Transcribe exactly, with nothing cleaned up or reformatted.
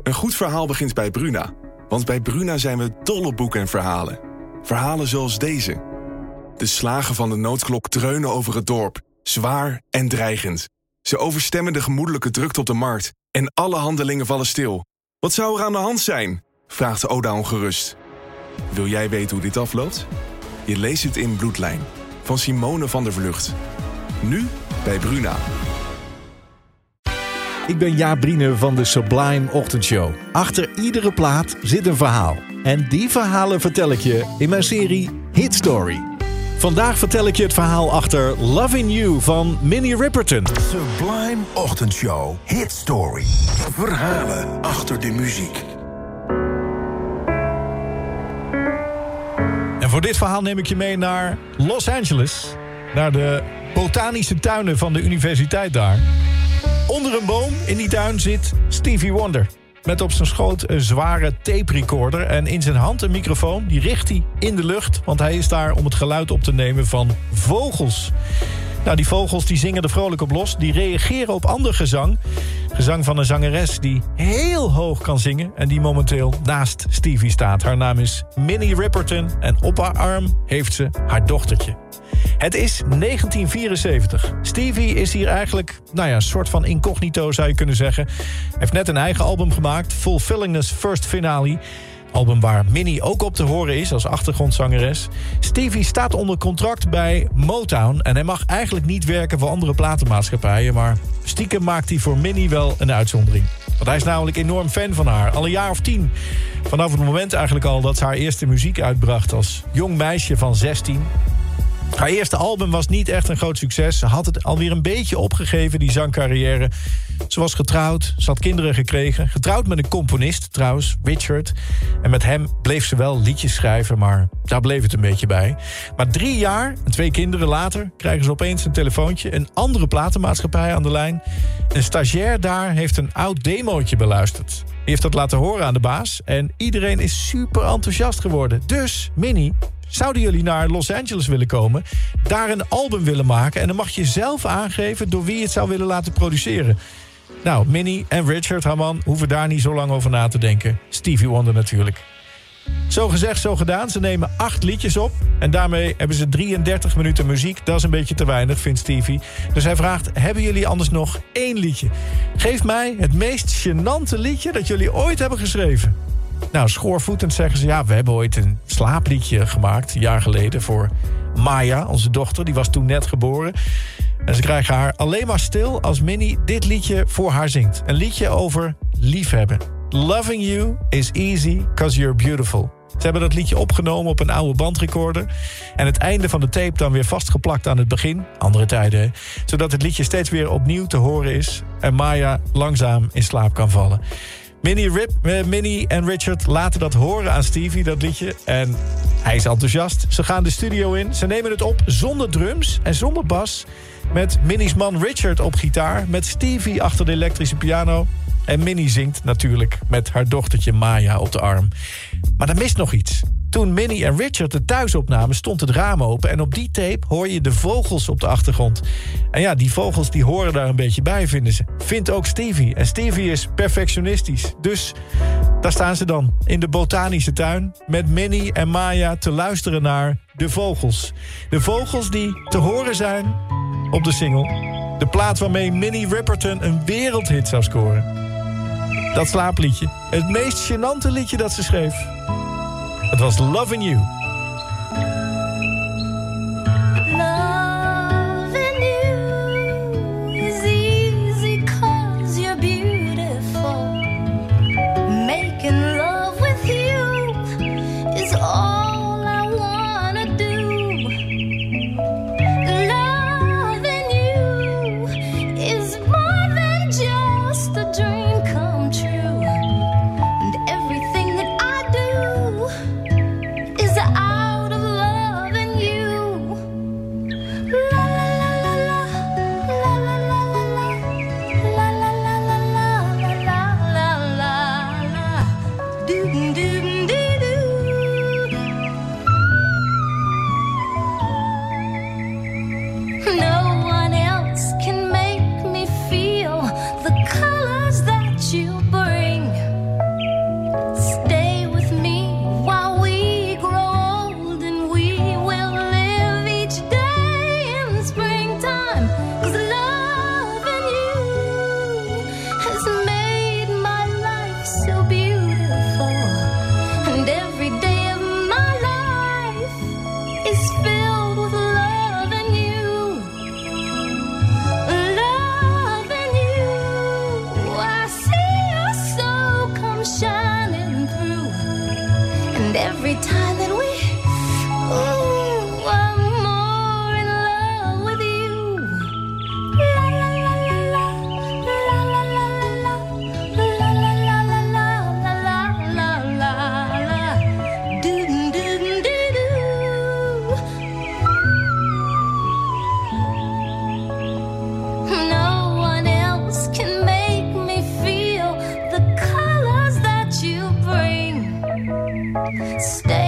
Een goed verhaal begint bij Bruna. Want bij Bruna zijn we dol op boeken en verhalen. Verhalen zoals deze. De slagen van de noodklok dreunen over het dorp. Zwaar en dreigend. Ze overstemmen de gemoedelijke drukte op de markt. En alle handelingen vallen stil. Wat zou er aan de hand zijn? Vraagt Oda ongerust. Wil jij weten hoe dit afloopt? Je leest het in Bloedlijn. Van Simone van der Vlucht. Nu bij Bruna. Ik ben Jaap Briene van de Sublime Ochtendshow. Achter iedere plaat zit een verhaal. En die verhalen vertel ik je in mijn serie Hit Story. Vandaag vertel ik je het verhaal achter Lovin' You van Minnie Riperton. Sublime Ochtendshow Hit Story. Verhalen achter de muziek. En voor dit verhaal neem ik je mee naar Los Angeles. Naar de botanische tuinen van de universiteit daar. Onder een boom in die tuin zit Stevie Wonder. Met op zijn schoot een zware tape recorder. En in zijn hand een microfoon. Die richt hij in de lucht. Want hij is daar om het geluid op te nemen van vogels. Nou, die vogels die zingen er vrolijk op los. Die reageren op ander gezang. Gezang van een zangeres die heel hoog kan zingen. En die momenteel naast Stevie staat. Haar naam is Minnie Riperton. En op haar arm heeft ze haar dochtertje. Het is negentien vierenzeventig. Stevie is hier eigenlijk, nou ja, een soort van incognito zou je kunnen zeggen. Hij heeft net een eigen album gemaakt, Fulfillingness First Finale. Album waar Minnie ook op te horen is als achtergrondzangeres. Stevie staat onder contract bij Motown en hij mag eigenlijk niet werken voor andere platenmaatschappijen, maar stiekem maakt hij voor Minnie wel een uitzondering. Want hij is namelijk enorm fan van haar, al een jaar of tien. Vanaf het moment eigenlijk al dat ze haar eerste muziek uitbracht als jong meisje van zestien... Haar eerste album was niet echt een groot succes. Ze had het alweer een beetje opgegeven, die zangcarrière. Ze was getrouwd, ze had kinderen gekregen. Getrouwd met een componist, trouwens, Richard. En met hem bleef ze wel liedjes schrijven, maar daar bleef het een beetje bij. Maar drie jaar en twee kinderen later krijgen ze opeens een telefoontje. Een andere platenmaatschappij aan de lijn. Een stagiair daar heeft een oud demootje beluisterd. Die heeft dat laten horen aan de baas. En iedereen is super enthousiast geworden. Dus, Minnie, zouden jullie naar Los Angeles willen komen, daar een album willen maken en dan mag je zelf aangeven door wie je het zou willen laten produceren. Nou, Minnie en Richard, haar man, hoeven daar niet zo lang over na te denken. Stevie Wonder natuurlijk. Zo gezegd, zo gedaan. Ze nemen acht liedjes op en daarmee hebben ze drieëndertig minuten muziek. Dat is een beetje te weinig, vindt Stevie. Dus hij vraagt, hebben jullie anders nog één liedje? Geef mij het meest gênante liedje dat jullie ooit hebben geschreven. Nou, schoorvoetend zeggen ze, ja, we hebben ooit een slaapliedje gemaakt, een jaar geleden, voor Maya, onze dochter. Die was toen net geboren. En ze krijgen haar alleen maar stil als Minnie dit liedje voor haar zingt. Een liedje over liefhebben. Loving you is easy cause you're beautiful. Ze hebben dat liedje opgenomen op een oude bandrecorder. En het einde van de tape dan weer vastgeplakt aan het begin. Andere tijden, hè? Zodat het liedje steeds weer opnieuw te horen is. En Maya langzaam in slaap kan vallen. Minnie, Rip, uh, Minnie en Richard laten dat horen aan Stevie, dat liedje. En hij is enthousiast. Ze gaan de studio in. Ze nemen het op zonder drums en zonder bas. Met Minnie's man Richard op gitaar. Met Stevie achter de elektrische piano. En Minnie zingt natuurlijk met haar dochtertje Maya op de arm. Maar er mist nog iets. Toen Minnie en Richard het thuis opnamen, stond het raam open. En op die tape hoor je de vogels op de achtergrond. En ja, die vogels die horen daar een beetje bij, vinden ze. Vindt ook Stevie. En Stevie is perfectionistisch. Dus daar staan ze dan, in de botanische tuin, met Minnie en Maya te luisteren naar de vogels. De vogels die te horen zijn op de single. De plaat waarmee Minnie Riperton een wereldhit zou scoren. Dat slaapliedje. Het meest gênante liedje dat ze schreef. Het was Lovin' You. Loving you is easy cause you're beautiful. Making love with you is all I wanna do. Loving you is more than just a dream come true. And everything that I do is every time that we, ooh, I'm more in love with you. La la la la la, la la la la la, la la la la la la la la, doo doo doo doo doo. No one else can make me feel the colors that you bring. Stay